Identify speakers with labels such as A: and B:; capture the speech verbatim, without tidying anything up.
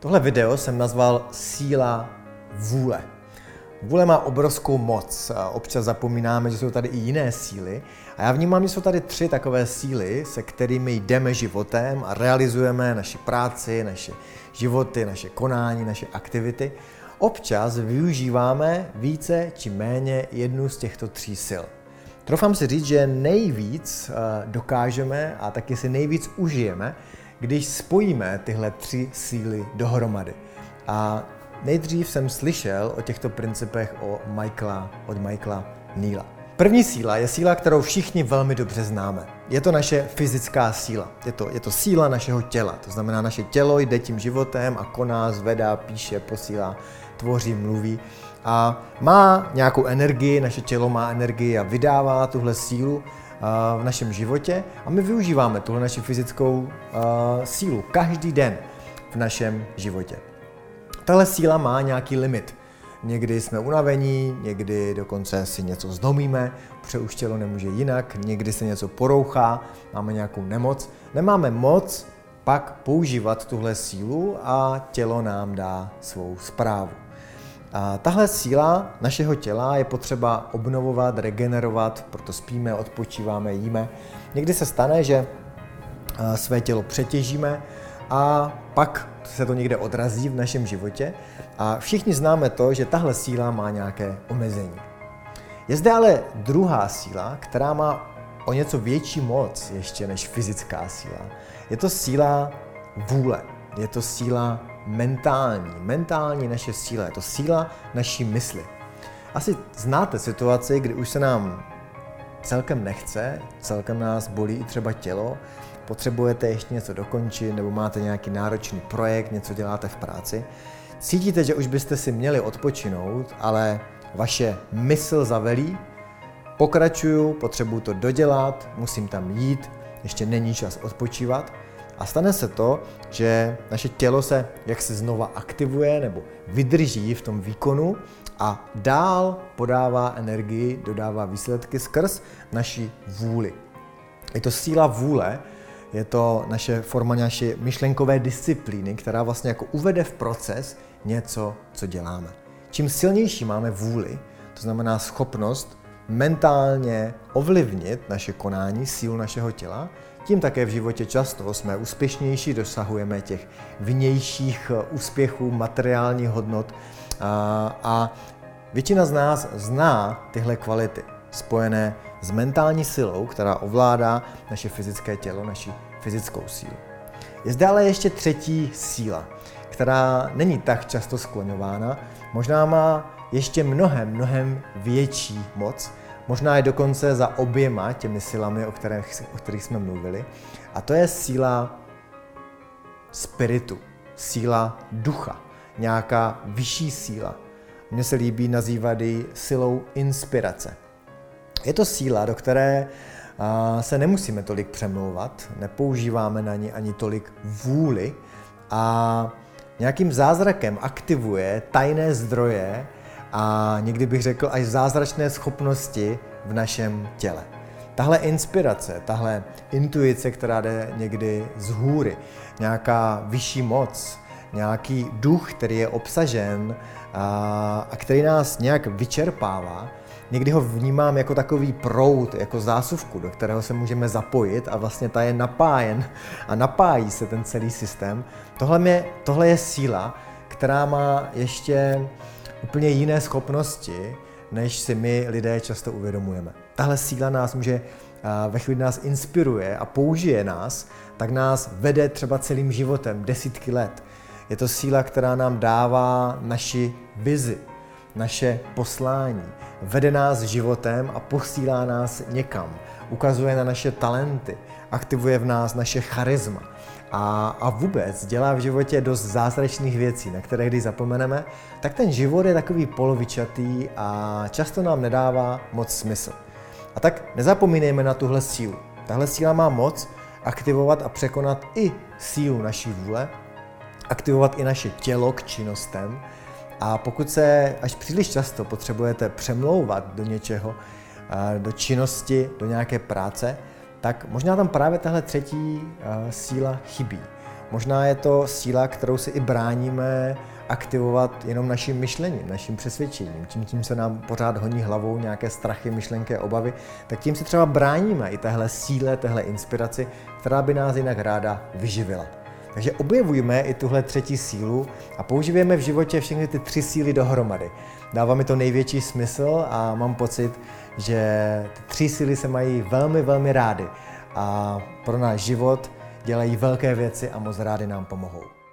A: Tohle video jsem nazval Síla vůle. Vůle má obrovskou moc. Občas zapomínáme, že jsou tady i jiné síly. A já vnímám, že jsou tady tři takové síly, se kterými jdeme životem a realizujeme naši práci, naše životy, naše konání, naše aktivity. Občas využíváme více či méně jednu z těchto tří sil. Troufám si říct, že nejvíc dokážeme a taky si nejvíc užijeme, když spojíme tyhle tři síly dohromady. A nejdřív jsem slyšel o těchto principech o Michaela, od Michaela Neila. První síla je síla, kterou všichni velmi dobře známe. Je to naše fyzická síla. Je to, je to síla našeho těla. To znamená, naše tělo jde tím životem a koná, zvedá, píše, posílá, tvoří, mluví. A má nějakou energii, naše tělo má energii a vydává tuhle sílu v našem životě a my využíváme tuhle naši fyzickou sílu každý den v našem životě. Tahle síla má nějaký limit. Někdy jsme unavení, někdy dokonce si něco zlomíme, protože už tělo nemůže jinak, někdy se něco porouchá, máme nějakou nemoc. Nemáme moc pak používat tuhle sílu a tělo nám dá svou zprávu. A tahle síla našeho těla je potřeba obnovovat, regenerovat, proto spíme, odpočíváme, jíme. Někdy se stane, že své tělo přetěžíme a pak se to někde odrazí v našem životě a všichni známe to, že tahle síla má nějaké omezení. Je zde ale druhá síla, která má o něco větší moc ještě než fyzická síla. Je to síla vůle, je to síla mentální, mentální naše síla, je to síla naší mysli. Asi znáte situaci, kdy už se nám celkem nechce, celkem nás bolí i třeba tělo, potřebujete ještě něco dokončit nebo máte nějaký náročný projekt, něco děláte v práci. Cítíte, že už byste si měli odpočinout, ale vaše mysl zavelí, pokračuju, potřebuju to dodělat, musím tam jít, ještě není čas odpočívat. A stane se to, že naše tělo se jaksi znova aktivuje nebo vydrží v tom výkonu a dál podává energii, dodává výsledky skrz naši vůli. Je to síla vůle, je to naše forma naší myšlenkové disciplíny, která vlastně jako uvede v proces něco, co děláme. Čím silnější máme vůli, to znamená schopnost mentálně ovlivnit naše konání, sílu našeho těla, tím také v životě často jsme úspěšnější, dosahujeme těch vnějších úspěchů, materiálních hodnot a, a většina z nás zná tyhle kvality spojené s mentální silou, která ovládá naše fyzické tělo, naši fyzickou sílu. Je zde ale ještě třetí síla, která není tak často skloňována, možná má ještě mnohem, mnohem větší moc, možná je dokonce za oběma těmi silami, o kterých, o kterých jsme mluvili. A to je síla spiritu, síla ducha, nějaká vyšší síla. Mně se líbí nazývat ji silou inspirace. Je to síla, do které se nemusíme tolik přemlouvat, nepoužíváme na ní ani tolik vůli a nějakým zázrakem aktivuje tajné zdroje a někdy bych řekl až zázračné schopnosti v našem těle. Tahle inspirace, tahle intuice, která jde někdy z hůry, nějaká vyšší moc, nějaký duch, který je obsažen a, a který nás nějak vyčerpává, někdy ho vnímám jako takový proud, jako zásuvku, do kterého se můžeme zapojit a vlastně ta je napájen a napájí se ten celý systém. Tohle je, tohle je síla, která má ještě úplně jiné schopnosti, než si my lidé často uvědomujeme. Tahle síla nás může, ve chvíli nás inspiruje a použije nás, tak nás vede třeba celým životem, desítky let. Je to síla, která nám dává naši vizi, naše poslání, vede nás životem a posílá nás někam, ukazuje na naše talenty, aktivuje v nás naše charisma a, a vůbec dělá v životě dost zázračných věcí, na které když zapomeneme, tak ten život je takový polovičatý a často nám nedává moc smysl. A tak nezapomínejme na tuhle sílu. Tahle síla má moc aktivovat a překonat i sílu naší vůle, aktivovat i naše tělo k činnostem. A pokud se až příliš často potřebujete přemlouvat do něčeho, do činnosti, do nějaké práce, tak možná tam právě tahle třetí síla chybí. Možná je to síla, kterou si i bráníme aktivovat jenom naším myšlením, naším přesvědčením. Tím, tím se nám pořád honí hlavou nějaké strachy, myšlenky, obavy, tak tím si třeba bráníme i téhle síle, téhle inspiraci, která by nás jinak ráda vyživila. Takže objevujme i tuhle třetí sílu a používejme v životě všechny ty tři síly dohromady. Dává mi to největší smysl a mám pocit, že ty tři síly se mají velmi, velmi rády a pro náš život dělají velké věci a moc rády nám pomohou.